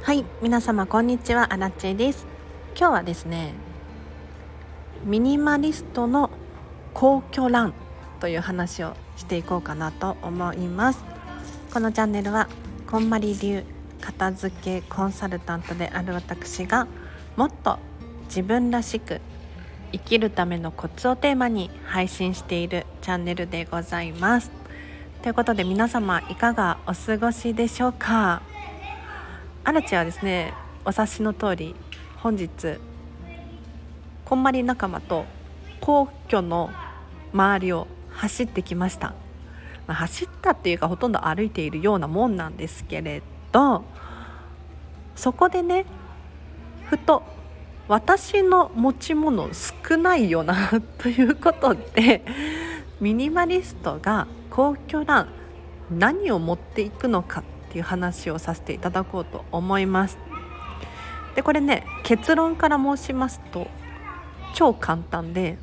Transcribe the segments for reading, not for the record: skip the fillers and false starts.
はい、皆様こんにちは、アラチェです。今日はですね、ミニマリストの皇居ランという話をしていこうかなと思います。このチャンネルはこんまり流片付けコンサルタントである私がもっと自分らしく生きるためのコツをテーマに配信しているチャンネルでございます。ということで皆様いかがお過ごしでしょうか。アラチはですね、お察しの通り本日こんまり仲間と皇居の周りを走ってきました。走ったっていうかほとんど歩いているようなもんなんですけれど、そこでね、ふと私の持ち物少ないよなということで、ミニマリストが皇居ラン何を持っていくのかっていう話をさせていただこうと思います。でこれね、結論から申しますと超簡単で、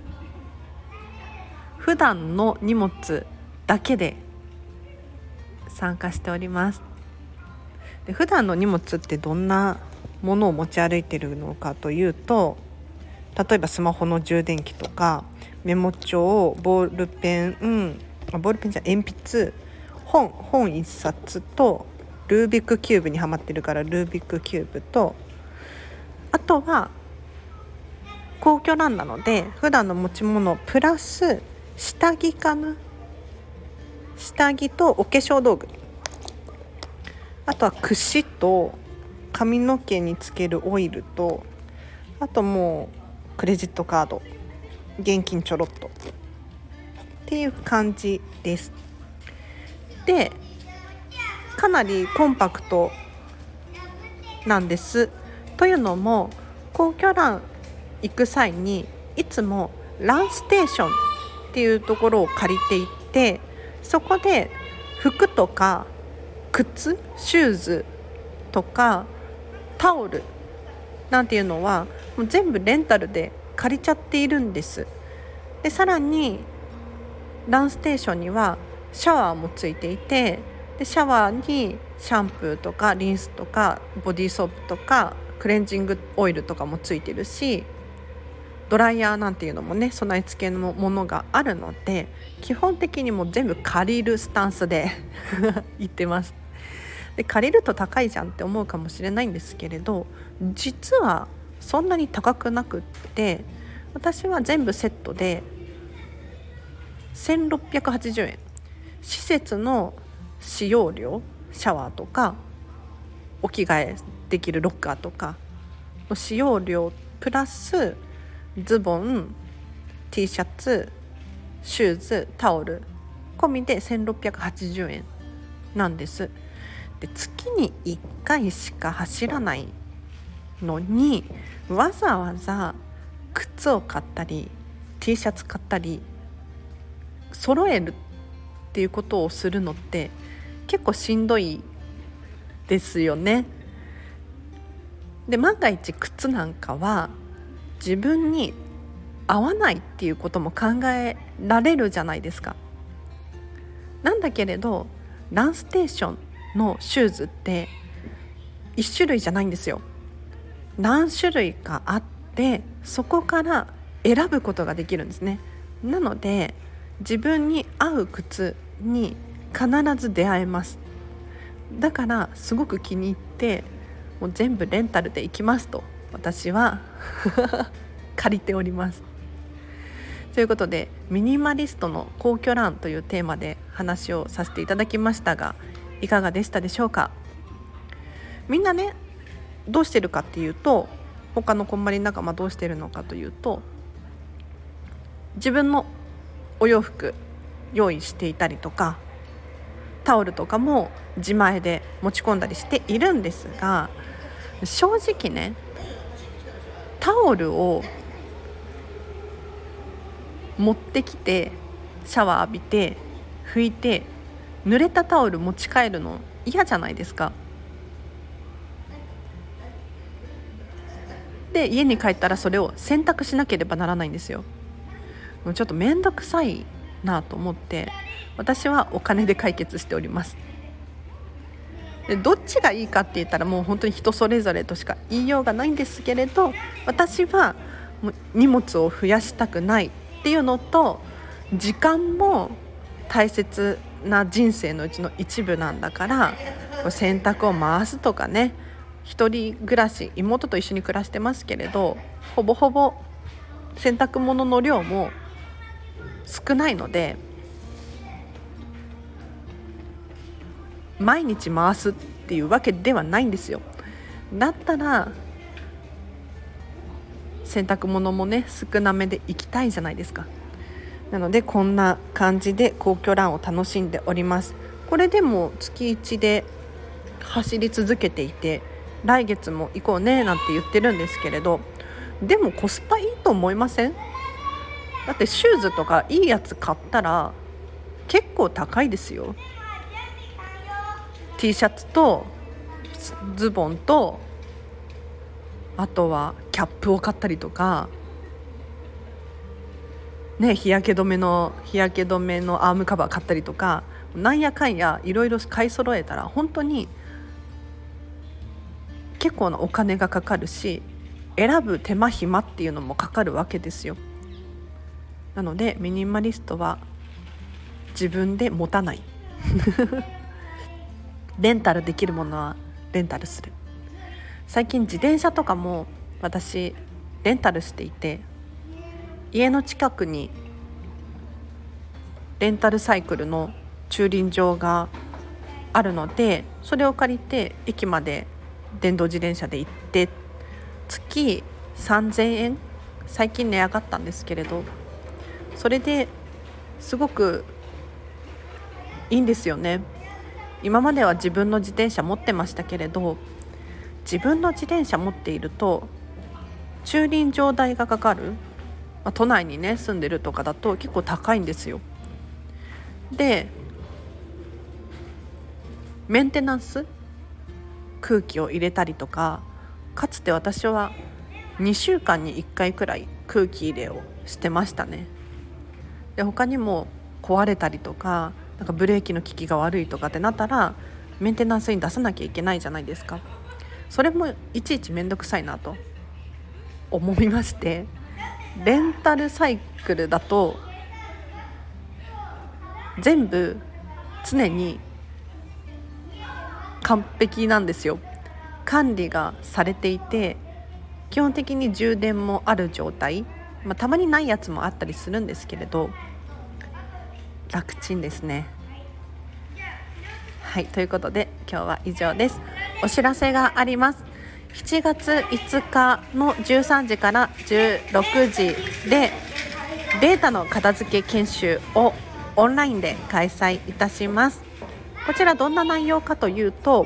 普段の荷物だけで参加しております。で普段の荷物ってどんなものを持ち歩いているのかというと、例えばスマホの充電器とかメモ帳、ボールペン、鉛筆、本一冊とルービックキューブにはまってるからルービックキューブと、あとは皇居ランなので普段の持ち物プラス下着かな、下着とお化粧道具、あとは櫛と髪の毛につけるオイルと、あともうクレジットカード、現金ちょろっとっていう感じです。でかなりコンパクトなんです。というのも皇居ラン行く際にいつもランステーションっていうところを借りていって、そこで服とか靴、シューズとかタオルなんていうのはもう全部レンタルで借りちゃっているんです。でさらにランステーションにはシャワーもついていて、でシャワーにシャンプーとかリンスとかボディーソープとかクレンジングオイルとかもついてるし、ドライヤーなんていうのもね、備え付けのものがあるので、基本的にもう全部借りるスタンスで行ってます。で借りると高いじゃんって思うかもしれないんですけれど、実はそんなに高くなくって、私は全部セットで1680円、施設の使用料、シャワーとかお着替えできるロッカーとかの使用料プラスズボン、T シャツ、シューズ、タオル込みで1680円なんです。で月に1回しか走らないのにわざわざ靴を買ったり T シャツ買ったり揃えるっていうことをするのって結構しんどいですよね。で万が一靴なんかは自分に合わないっていうことも考えられるじゃないですか。なんだけれどランステーションのシューズって1種類じゃないんですよ。何種類かあって、そこから選ぶことができるんですね。なので自分に合う靴に必ず出会えます。だからすごく気に入ってもう全部レンタルで行きますと私は借りております。ということでミニマリストの皇居ランというテーマで話をさせていただきましたが、いかがでしたでしょうか。みんなね、どうしてるかっていうと、他のこんまり仲間どうしてるのかというと、自分のお洋服用意していたりとか、タオルとかも自前で持ち込んだりしているんですが、正直ね、タオルを持ってきてシャワー浴びて拭いて濡れたタオル持ち帰るの嫌じゃないですか。で家に帰ったらそれを洗濯しなければならないんですよ。もうちょっとめんどくさいなと思って私はお金で解決しております。 でどっちがいいかって言ったらもう本当に人それぞれとしか言いようがないんですけれど、私はもう荷物を増やしたくないっていうのと、時間も大切な人生のうちの一部なんだから、洗濯を回すとかね、一人暮らし、妹と一緒に暮らしてますけれど、ほぼほぼ洗濯物の量も少ないので、毎日回すっていうわけではないんですよ。だったら洗濯物もね少なめでいきたいじゃないですか。なのでこんな感じで皇居ランを楽しんでおります。これでも月1で走り続けていて、来月も行こうねなんて言ってるんですけれど、でもコスパいいと思いません？だってシューズとかいいやつ買ったら結構高いですよ。T シャツとズボンと、あとはキャップを買ったりとかね、日焼け止めのアームカバー買ったりとか、なんやかんやいろいろ買い揃えたら本当に結構なお金がかかるし、選ぶ手間暇っていうのもかかるわけですよ。なのでミニマリストは自分で持たないレンタルできるものはレンタルする。最近自転車とかも私レンタルしていて、家の近くにレンタルサイクルの駐輪場があるので、それを借りて駅まで電動自転車で行って、月3000円、最近値上がったんですけれど、それですごくいいんですよね。今までは自分の自転車持ってましたけれど、自分の自転車持っていると駐輪場代がかかる、都内にね住んでるとかだと結構高いんですよ。でメンテナンス、空気を入れたりとか、かつて私は2週間に1回くらい空気入れをしてましたね。で他にも壊れたりとか、なんかブレーキの効きが悪いとかってなったらメンテナンスに出さなきゃいけないじゃないですか。それもいちいちめんどくさいなと思いまして、レンタルサイクルだと全部常に完璧なんですよ。管理がされていて、基本的に充電もある状態、たまにないやつもあったりするんですけれど、楽ちんですね。はい、ということで今日は以上です。お知らせがあります。7月5日の13時から16時でデータの片付け研修をオンラインで開催いたします。こちらどんな内容かというと、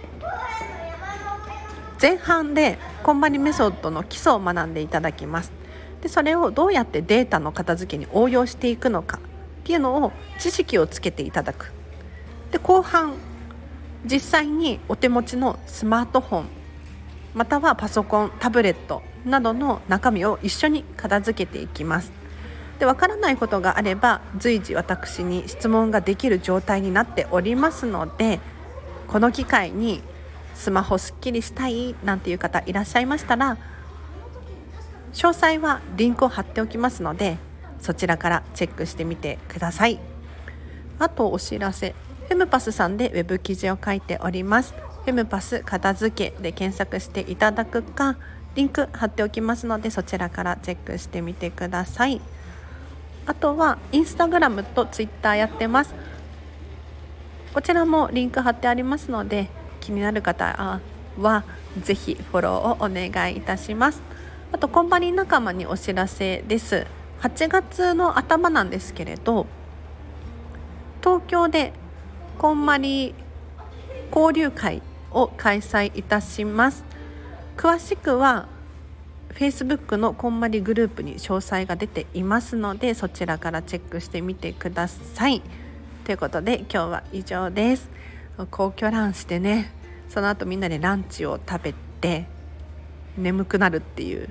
前半でこんまりメソッドの基礎を学んでいただきます。でそれをどうやってデータの片付けに応用していくのかっていうのを知識をつけていただく。で後半、実際にお手持ちのスマートフォンまたはパソコン、タブレットなどの中身を一緒に片付けていきます。でわからないことがあれば随時私に質問ができる状態になっておりますので、この機会にスマホすっきりしたいなんていう方いらっしゃいましたら、詳細はリンクを貼っておきますので、そちらからチェックしてみてください。あとお知らせ、フェムパスさんでウェブ記事を書いております。フェムパス片付けで検索していただくか、リンク貼っておきますのでそちらからチェックしてみてください。あとはインスタグラムとツイッターやってます。こちらもリンク貼ってありますので、気になる方はぜひフォローをお願いいたします。あとコンパニー仲間にお知らせです。8月の頭なんですけれど、東京でこんまり交流会を開催いたします。詳しくは Facebook のこんまりグループに詳細が出ていますので、そちらからチェックしてみてください。ということで今日は以上です。皇居ランしてね、その後みんなでランチを食べて眠くなるっていう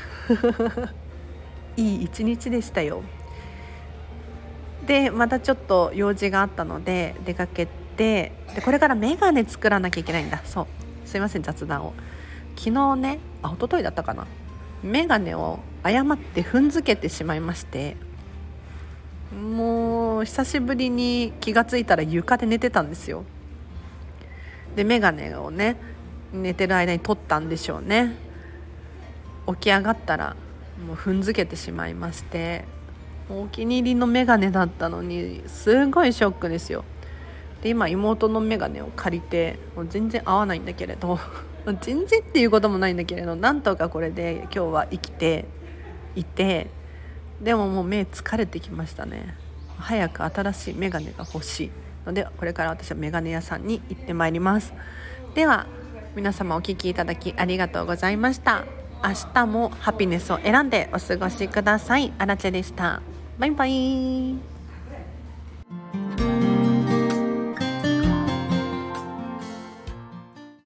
いい一日でしたよ。でまたちょっと用事があったので出かけでこれからメガネ作らなきゃいけないんだ。そう、すいません雑談を。昨日ね、一昨日だったかな、メガネを誤って踏んづけてしまいまして、もう久しぶりに気がついたら床で寝てたんですよ。でメガネをね、寝てる間に取ったんでしょうね。起き上がったらもう踏んづけてしまいまして、お気に入りのメガネだったのにすごいショックですよ。で今妹のメガネを借りて、もう全然合わないんだけれど全然っていうこともないんだけれど、なんとかこれで今日は生きていて、でももう目疲れてきましたね。早く新しいメガネが欲しいので、これから私はメガネ屋さんに行ってまいります。では皆様お聞きいただきありがとうございました。明日もハピネスを選んでお過ごしください。あらちでした。バイバイ。